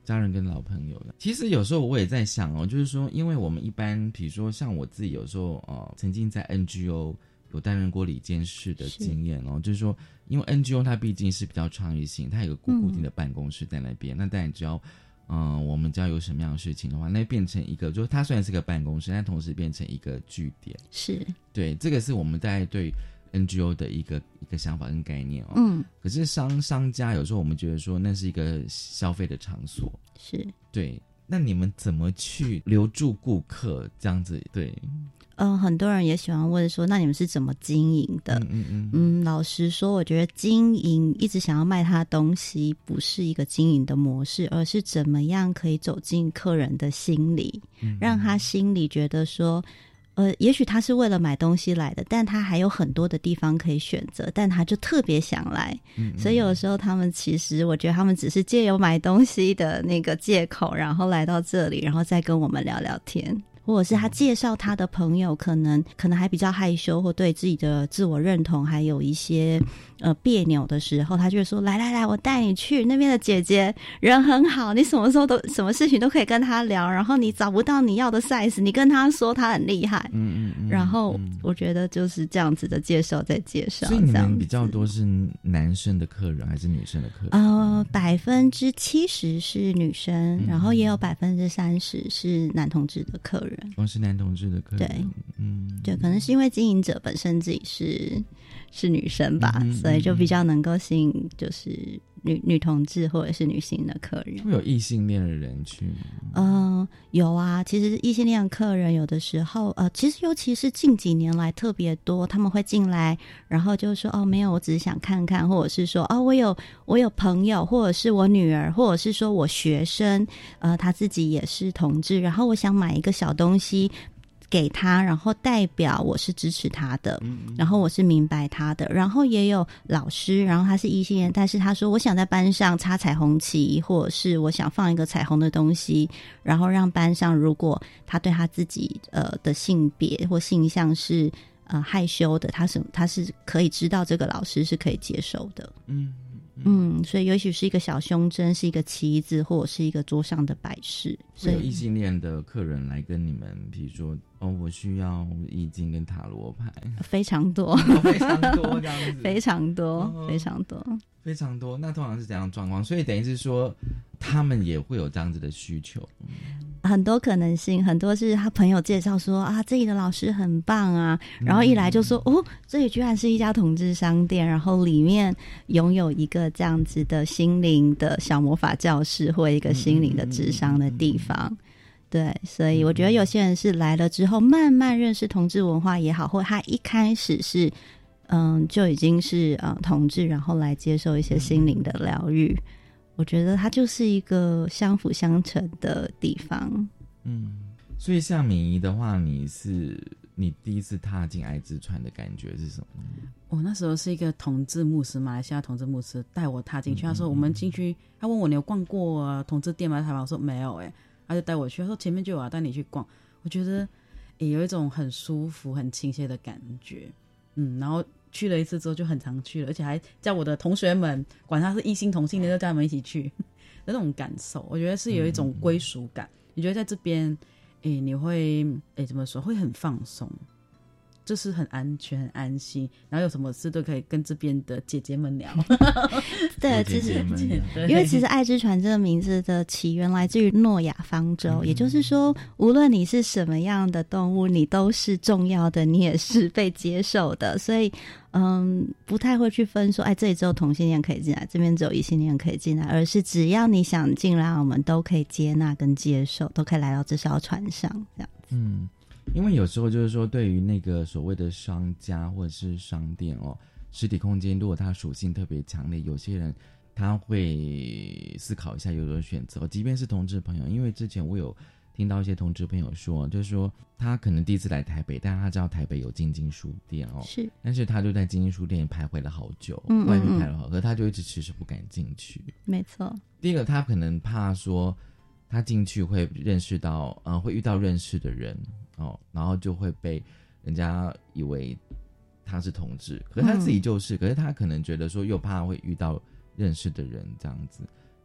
家人跟老朋友的。其实有时候我也在想哦，就是说，因为我们一般，比如说像我自己有时候呃，曾经在 N G O 有担任过理监事的经验哦，就是说，因为 N G O 它毕竟是比较创意性，它有个固固定的办公室在那边，嗯、那当然只要嗯、呃，我们只要有什么样的事情的话，那变成一个，就是它虽然是个办公室，但同时变成一个据点。 是， 对，这个是我们大概对 N G O 的一个一个想法跟概念哦。 嗯， 可是商商家有时候我们觉得说那是一个消费的场所， 是对。 那你们怎么去留住顾客？这样子，对。 嗯、呃，很多人也喜欢问说，那你们是怎么经营的？嗯嗯 嗯, 嗯，老实说，我觉得经营一直想要卖他的东西，不是一个经营的模式，而是怎么样可以走进客人的心里，嗯、让他心里觉得说。呃，也许他是为了买东西来的，但他还有很多的地方可以选择，但他就特别想来。嗯嗯，所以有时候他们其实，我觉得他们只是借由买东西的那个借口，然后来到这里，然后再跟我们聊聊天。或者是他介绍他的朋友，可能可能还比较害羞，或对自己的自我认同还有一些呃别扭的时候，他就会说：“来来来，我带你去那边的姐姐人很好，你什么时候都什么事情都可以跟他聊。然后你找不到你要的 size， 你跟他说他很厉害。”嗯嗯嗯。然后我觉得就是这样子的介绍在介绍。 所以你们比较多是男生的客人还是女生的客人？ 呃，百分之七十是女生，嗯、然后也有百分之三十是男同志的客人。 我、哦、是男同志的客人， 对，嗯，对，可能是因为经营者本身自己是是女生吧，嗯、所以就比较能够吸引就是女女同志或者是女性的客人。 会有异性恋的人去吗？ 嗯、呃，有啊，其实异性恋的客人有的时候，呃，其实尤其是近几年来特别多，他们会进来，然后就说哦，没有，我只是想看看，或者是说哦，我有我有朋友，或者是我女儿，或者是说我学生，呃，他自己也是同志，然后我想买一个小东西给他，然后代表我是支持他的，然后我是明白他的，然后也有老师，然后他是异性恋，但是他说我想在班上插彩虹旗，或者是我想放一个彩虹的东西，然后让班上如果他对他自己呃的性别或性向是呃害羞的，他是他是可以知道这个老师是可以接受的。嗯嗯，所以也许是一个小胸针，是一个旗子，或者是一个桌上的摆饰。所以有异性恋的客人来跟你们，比如说哦，我需要易经跟塔罗牌， 非常多， 哦、非常多这样子， 非常多、哦，非常多， 非常多。那通常是怎样的状况？所以等于是说，他们也会有这样子的需求。 很多可能性，很多是他朋友介绍说啊，这里的老师很棒啊，然后一来就说、嗯、哦，这里居然是一家同志商店，然后里面拥有一个这样子的心灵的小魔法教室，或一个心灵的智商的地方。嗯嗯嗯嗯对，所以我觉得有些人是来了之后慢慢认识同志文化也好，或他一开始是嗯就已经是呃同志，然后来接受一些心灵的疗愈。我觉得它就是一个相辅相成的地方。 嗯，所以像敏仪的话，你是你第一次踏进爱之船的感觉是什么？ 我那时候是一个同志牧师，马来西亚同志牧师带我踏进去。他说我们进去，他问我你有逛过、啊、同志店吗？台湾我说没有哎、欸，他就带我去，他说前面就有啊，带你去逛。我觉得也有一种很舒服、很亲切的感觉。嗯，然后去了一次之后就很常去了，而且还叫我的同学们，管他是异性同性恋，就叫他们一起去那种感受，我觉得是有一种归属感。嗯、你觉得在这边，诶，你会诶怎么说？会很放松，就是很安全、很安心，然后有什么事都可以跟这边的姐姐们聊。 对，其实因为其实爱之船这个名字的起源来自于诺亚方舟、嗯、也就是说无论你是什么样的动物，你都是重要的，你也是被接受的，所以嗯，不太会去分说哎，这里只有同性恋可以进来，这边只有异性恋可以进来，而是只要你想进来，我们都可以接纳跟接受，都可以来到这艘船上这样子。 嗯，因为有时候就是说对于那个所谓的商家或者是商店哦，实体空间如果它属性特别强烈，有些人他会思考一下有的选择，即便是同志朋友，因为之前我有听到一些同志朋友说，就是说他可能第一次来台北，但他知道台北有晶晶书店哦，是，但是他就在晶晶书店徘徊了好久，嗯嗯嗯外面徘徊了好久，可是他就一直迟迟不敢进去。 没错， 第一个他可能怕说他进去会认识到呃会遇到认识的人哦，然后就会被人家以为他是同志，可是他自己就是、嗯、可是他可能觉得说又怕会遇到认识的人这样子。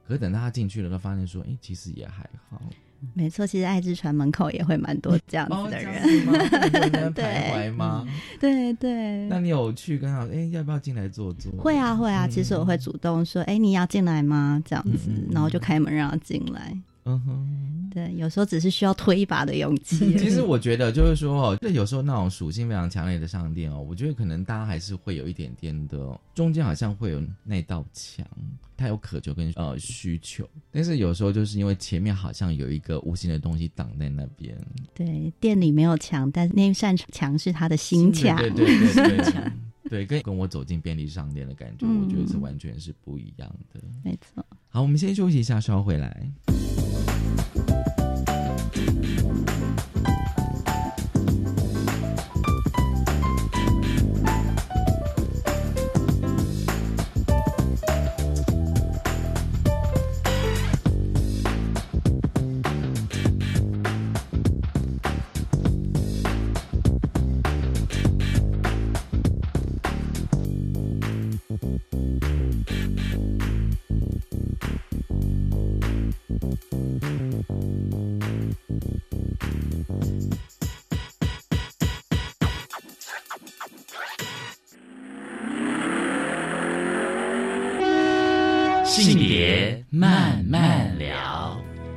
可是等到他进去了，他发现说，哎，其实也还好。 没错，其实爱之船门口也会蛮多这样子的人， 哦、对，徘徊吗？ 对对。 那你有去跟他说，哎，要不要进来坐坐？ 会啊会啊、嗯，其实我会主动说，哎，你要进来吗？这样子、嗯，然后就开门让他进来。嗯哼，对，有时候只是需要推一把的勇气。 其实我觉得就是说哦，就有时候那种属性非常强烈的商店哦，我觉得可能大家还是会有一点点的、哦，中间好像会有那道墙，它有渴求跟呃需求，但是有时候就是因为前面好像有一个无形的东西挡在那边。 对，店里没有墙，但是那扇墙是他的心墙。 对对对对对。对，跟跟我走进便利商店的感觉、嗯，我觉得是完全是不一样的。 没错。 好，我们先休息一下，稍后回来。 性别慢慢聊。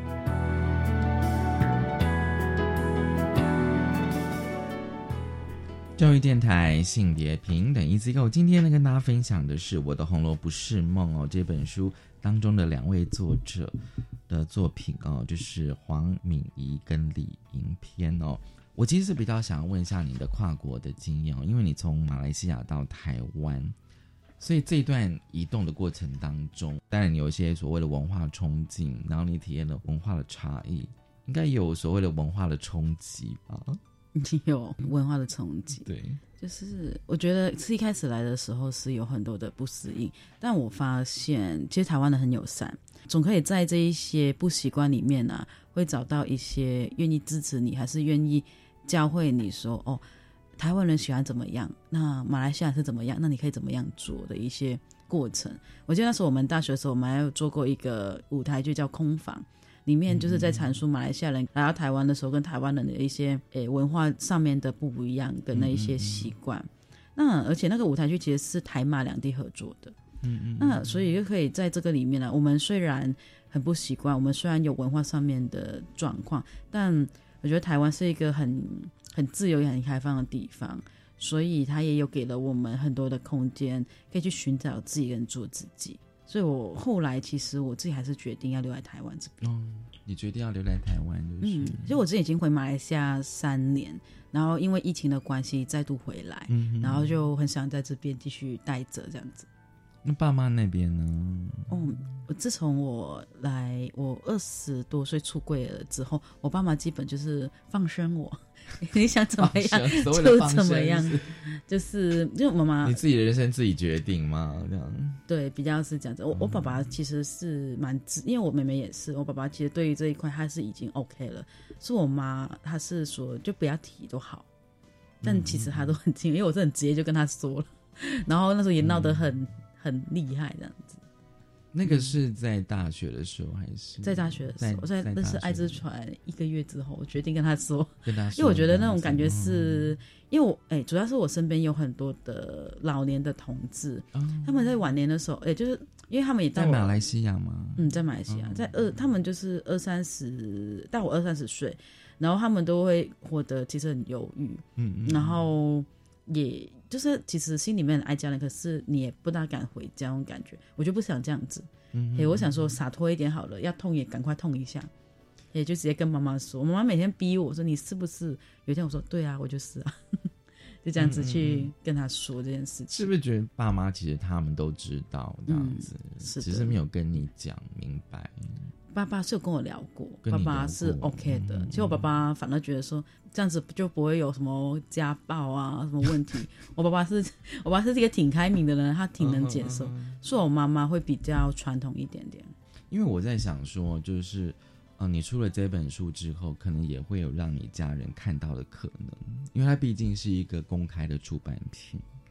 教育电台性别平等 Easy Go， 今天呢跟大家分享的是《我的红楼不是梦》哦，这本书当中的两位作者的作品哦，就是黄敏仪跟李盈篇哦。我其实是比较想要问一下你的跨国的经验哦，因为你从马来西亚到台湾。所以这一段移动的过程当中，当然你有一些所谓的文化冲劲，然后你体验了文化的差异，应该有所谓的文化的冲击吧？ 有文化的冲击， 对， 就是我觉得是一开始来的时候是有很多的不适应，但我发现其实台湾人很友善，总可以在这一些不习惯里面啊，会找到一些愿意支持你，还是愿意教会你说哦。台湾人喜欢怎么样，那马来西亚是怎么样，那你可以怎么样做的一些过程。我记得那时候我们大学的时候，我们还有做过一个舞台剧叫空房，里面就是在阐述马来西亚人来到台湾的时候跟台湾人的一些诶文化上面的不一样跟那一些习惯、嗯、那而且那个舞台剧其实是台马两地合作的，嗯嗯，那所以就可以在这个里面呢，我们虽然很不习惯，我们虽然有文化上面的状况，但我觉得台湾是一个很很自由也很开放的地方，所以它也有给了我们很多的空间可以去寻找自己跟做自己，所以我后来其实我自己还是决定要留在台湾这边。 哦，你决定要留在台湾就是？嗯， 其实我之前已经回马来西亚三年，然后因为疫情的关系再度回来、嗯、然后就很想在这边继续待着这样子。 那爸妈那边呢？ 哦，我自从我来我二十多岁出柜了之后，我爸妈基本就是放生我，你想怎么样就怎么样，就是就妈妈你自己的人生自己决定吗？这样对，比较是这样子。我我爸爸其实是蛮支，因为我妹妹也是，我爸爸其实对于这一块他是已经 OK 了，是我妈她是说就不要提都好，但其实他都很清楚，因为我是很直接就跟他说了，然后那时候也闹得很。嗯很厉害这样子。 那个是在大学的时候还是在大学的时候？在认识爱之船一个月之后，我决定跟他说， 跟他说， 因为我觉得那种感觉是，嗯、因为我哎、欸，主要是我身边有很多的老年的同志，嗯、他们在晚年的时候，哎、欸，就是因为他们也在马来西亚嘛， 嗯，在马来西亚，嗯、在二他们就是二三十，大我二三十岁，然后他们都会活得其实很忧郁，嗯嗯，然后也。就是其实心里面很爱家人，可是你也不大敢回家那种感觉，我就不想这样子。嗯，欸、我想说洒脱一点好了，要痛也赶快痛一下，也就直接跟妈妈说。妈妈每天逼我说你是不是？有一天我说对啊，我就是啊，就这样子去跟他说这件事情。 是不是觉得爸妈其实他们都知道这样子，嗯、是只是没有跟你讲明白？ 爸爸是有跟我聊过，爸爸是 OK 的。嗯、其实我爸爸反而觉得说这样子就不会有什么家暴啊什么问题。我爸爸是，我爸爸是一个挺开明的人，他挺能接受。所以我妈妈会比较传统一点点。 因为我在想说，就是呃，你出了这本书之后，可能也会有让你家人看到的可能，因为它毕竟是一个公开的出版品。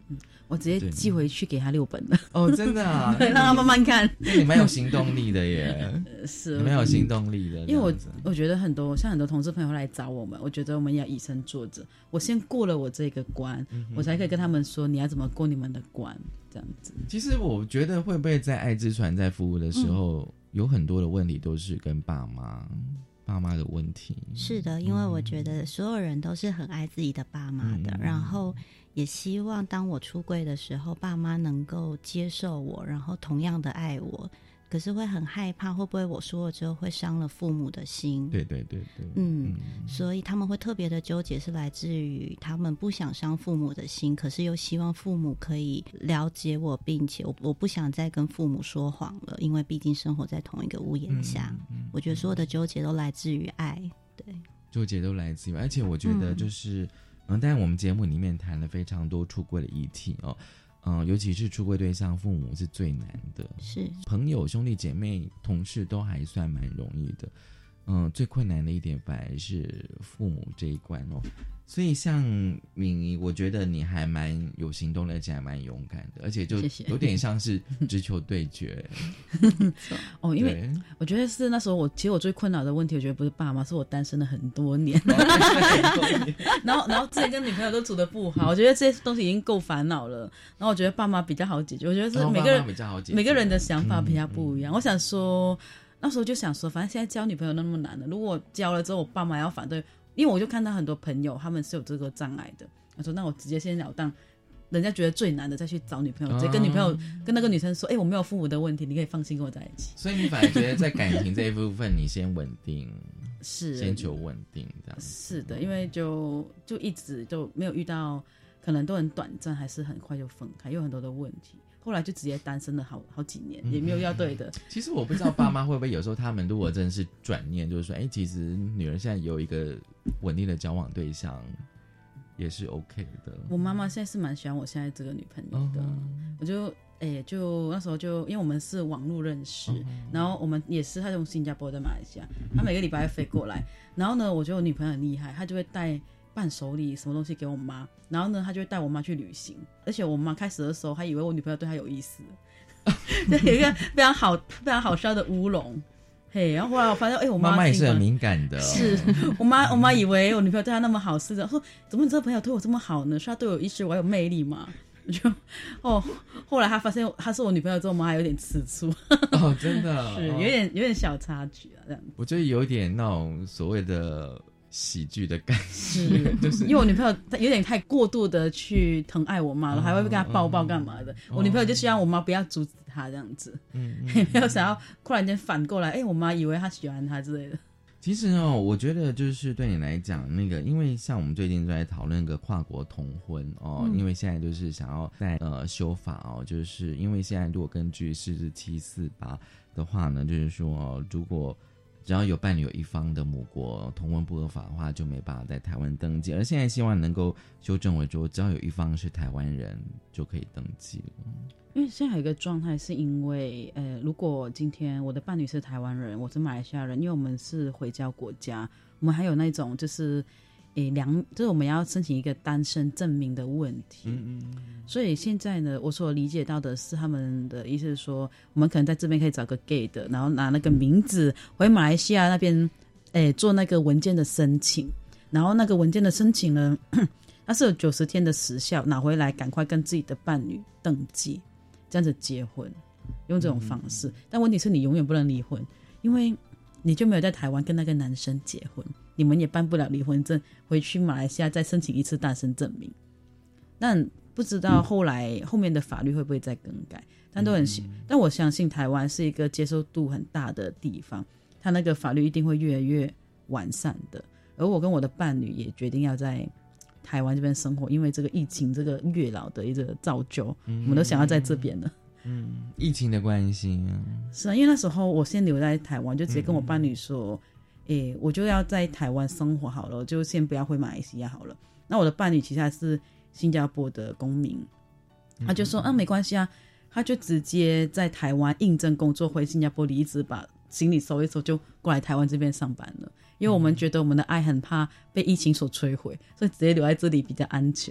嗯，我直接寄回去给他六本了。 哦，真的啊， 让他慢慢看。 那你蛮有行动力的耶， 是， 你蛮有行动力的。 因为我我觉得很多像很多同事朋友来找我们，我觉得我们要以身作则。我先过了我这个关，嗯、我才可以跟他们说你要怎么过你们的关，这样子。 其实我觉得会不会在爱之船在服务的时候，嗯、有很多的问题都是跟爸妈。爸妈的问题是的，因为我觉得所有人都是很爱自己的爸妈的，嗯、然后也希望当我出柜的时候，爸妈能够接受我，然后同样的爱我。可是会很害怕，会不会我说了之后会伤了父母的心？ 对对对对， 嗯，嗯所以他们会特别的纠结，是来自于他们不想伤父母的心，可是又希望父母可以了解我，并且我我不想再跟父母说谎了，因为毕竟生活在同一个屋檐下。嗯嗯、我觉得所有的纠结都来自于爱，对， 纠结都来自于，而且我觉得就是，嗯，嗯但是我们节目里面谈了非常多出柜的议题哦。嗯，尤其是出柜对象，父母是最难的。 是朋友、兄弟姐妹、同事都还算蛮容易的。嗯，最困难的一点反而是父母这一关哦。所以像敏仪，我觉得你还蛮有行动力，而且还蛮勇敢的，而且就有点像是直球对决。 哦，因为我觉得是那时候我其实我最困扰的问题，我觉得不是爸妈，是我单身了很多年。然后然后之前跟女朋友都处得不好，我觉得这些东西已经够烦恼了。然后我觉得爸妈比较好解决，我觉得是每个人、哦、 比较好解决， 每个人的想法比较不一样。嗯嗯、我想说那时候就想说，反正现在交女朋友那么难了，如果交了之后我爸妈要反对。因为我就看到很多朋友他们是有这个障碍的，他说那我直接先了当，人家觉得最难的再去找女朋友，直接跟女朋友、哦、跟那个女生说，哎、欸，我没有父母的问题，你可以放心跟我在一起。 所以你反而觉得在感情这一部分你先稳定， 是先求稳定这样。 是的，因为就就一直就没有遇到，可能都很短暂，还是很快就分开，有很多的问题。后来就直接单身了好好几年，也没有要对的、嗯。 其实我不知道爸妈会不会有时候他们如果真的是转念，就是说，哎、欸，其实女人现在有一个稳定的交往对象，也是 OK 的。 我妈妈现在是蛮喜欢我现在这个女朋友的，嗯、我就哎、欸，就那时候就因为我们是网络认识，嗯、然后我们也是她从新加坡在马来西亚，她每个礼拜会飞过来，然后呢，我觉得我女朋友很厉害，她就会带伴手礼什么东西给我妈，然后呢她就会带我妈去旅行，而且我妈开始的时候还以为我女朋友对她有意思，就有一个非常好非常好笑的乌龙，嘿，然后后来我发现哎、欸，我妈妈也是很敏感的、哦、 是我妈我妈以为我女朋友对她那么好，是的，说怎么你这个朋友对我这么好呢，是她对我有意思，我有魅力吗？就哦，后来她发现她是我女朋友之后，我妈还有点吃醋哦，真的是有点有点小插曲啊，这样子我觉得有点那种所谓的喜剧的感觉，就是因为我女朋友有点太过度的去疼爱我妈了，哦、还会跟她抱抱干嘛的、哦、我女朋友就希望我妈不要阻止她这样子，嗯，没有想要突然间反过来，哎、欸，我妈以为她喜欢她之类的。 其实哦，我觉得就是对你来讲，那个因为像我们最近都在讨论个跨国同婚哦，嗯、因为现在就是想要在呃修法哦，就是因为现在如果根据释字七四八的话呢，就是说、哦、如果只要有伴侣有一方的母国同婚不合法的话，就没办法在台湾登记。而现在希望能够修正为说，只要有一方是台湾人就可以登记了。 因为现在有一个状态，是因为呃，如果今天我的伴侣是台湾人，我是马来西亚人，因为我们是回教国家，我们还有那种就是诶两，就是我们要申请一个单身证明的问题。嗯嗯。所以现在呢，我所理解到的是，他们的意思是说，我们可能在这边可以找个 gay 的，然后拿那个名字回马来西亚那边，诶做那个文件的申请，然后那个文件的申请呢，它是有九十天的时效，拿回来赶快跟自己的伴侣登记。这样子结婚，用这种方式、嗯、但问题是你永远不能离婚，因为你就没有在台湾跟那个男生结婚，你们也办不了离婚证，回去马来西亚再申请一次单身证明。但不知道后来、嗯、后面的法律会不会再更改，但都很、嗯、但我相信台湾是一个接受度很大的地方，它那个法律一定会越来越完善的。而我跟我的伴侣也决定要在台湾这边生活，因为这个疫情这个月老的一个造就、嗯、我们都想要在这边了。 嗯，疫情的关系啊， 是啊，因为那时候我先留在台湾，就直接跟我伴侣说，诶、嗯欸，我就要在台湾生活好了，我就先不要回马来西亚好了。那我的伴侣其实他是新加坡的公民，他就说，嗯、啊，没关系啊，他就直接在台湾应征工作，回新加坡离职，把行李收一收，就过来台湾这边上班了。因为我们觉得我们的爱很怕被疫情所摧毁，所以直接留在这里比较安全。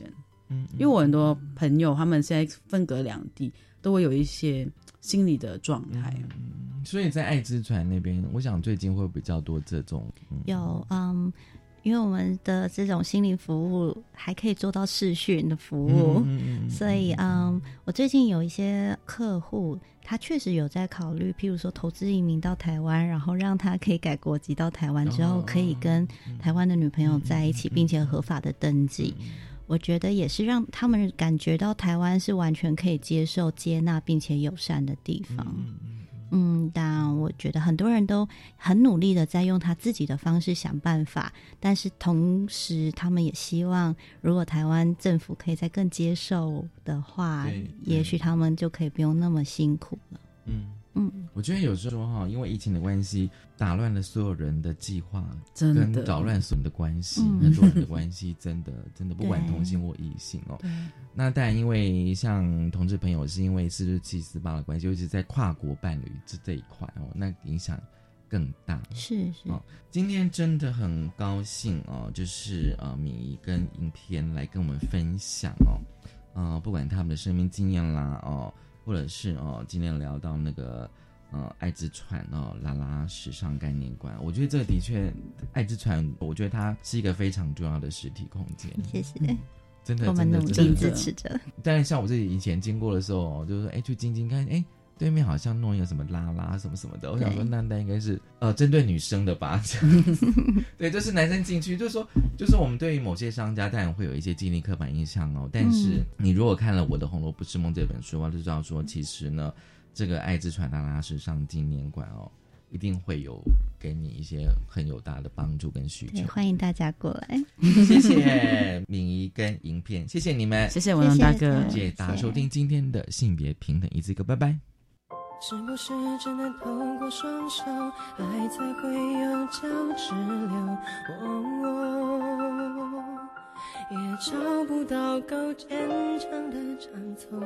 嗯，因为我很多朋友他们现在分隔两地，都会有一些心理的状态。 嗯，所以在爱之船那边，我想最近会比较多这种、 嗯、有嗯。因为我们的这种心理服务还可以做到视讯的服务，嗯嗯嗯、所以嗯，我最近有一些客户，他确实有在考虑，譬如说投资移民到台湾，然后让他可以改国籍到台湾之后，可以跟台湾的女朋友在一起，并且合法的登记。我觉得也是让他们感觉到台湾是完全可以接受、接纳并且友善的地方。嗯嗯，但我觉得很多人都很努力的在用他自己的方式想办法，但是同时他们也希望，如果台湾政府可以再更接受的话，也许他们就可以不用那么辛苦了。 嗯嗯，我觉得有时候哈，因为疫情的关系，打乱了所有人的计划，跟扰乱所有人的关系，嗯、很多人的关系真的真的不管同性或异性哦。那当然，因为像同志朋友是因为四十七四八的关系，尤其是在跨国伴侣这这一块哦，那影响更大。 是是、 哦，今天真的很高兴哦，就是呃，敏仪跟影片来跟我们分享哦，呃，不管他们的生命经验啦哦。或者是哦，今天聊到那个呃爱之船哦，拉拉时尚概念馆，我觉得这个的确爱之船，我觉得它是一个非常重要的实体空间。 谢谢， 嗯、真的， 我们努力支持着。 当然，像我自己以前经过的时候，就是说，哎，去静静看，哎。对面好像弄一个什么拉拉什么什么的，我想说那那应该是呃针对女生的吧？对，就是男生进去，就是说，就是我们对于某些商家当然会有一些既定刻板印象哦。但是你如果看了我的《红萝卜之梦》这本书的话，就知道说，其实呢，这个爱之船拉拉时尚纪念馆哦，一定会有给你一些很有大的帮助跟需求。 欢迎大家过来。 谢谢敏仪跟银片，谢谢你们， 谢谢文龙大哥， 谢谢大家收听今天的性别平等一字歌，拜拜。 是不是只能透过双手，爱才会有交织流？哦，也找不到够坚强的长头。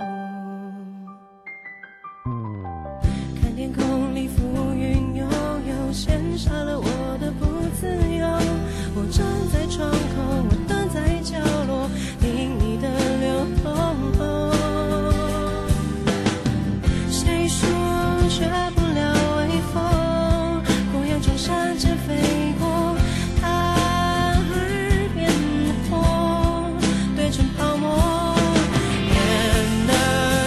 看天空里浮云悠悠，羡煞了我的不自由。我站在窗口，我蹲在角落，听你的流动。谁说学不了微风，过洋葱闪着飞过他耳边的风，堆成泡沫，演得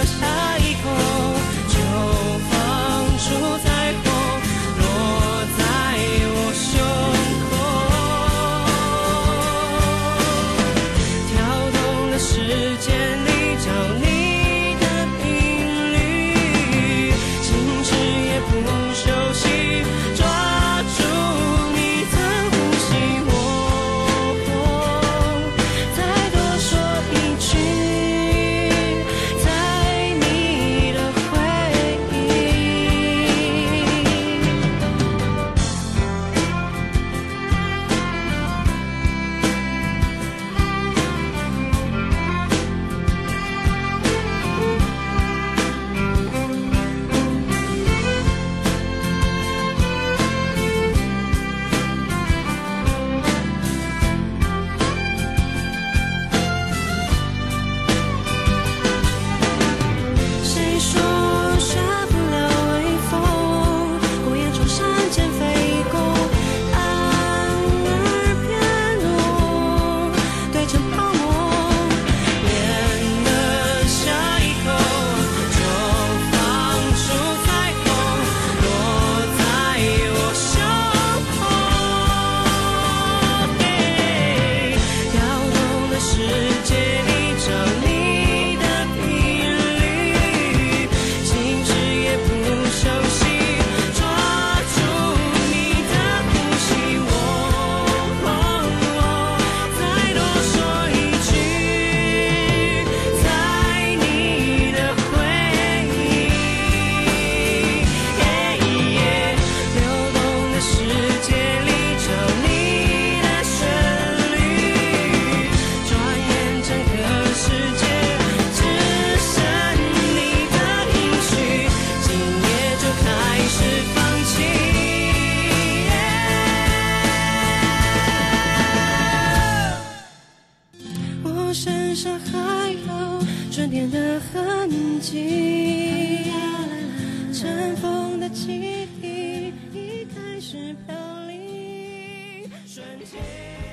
上还有春天的痕迹，尘封的记忆已开始飘零，瞬间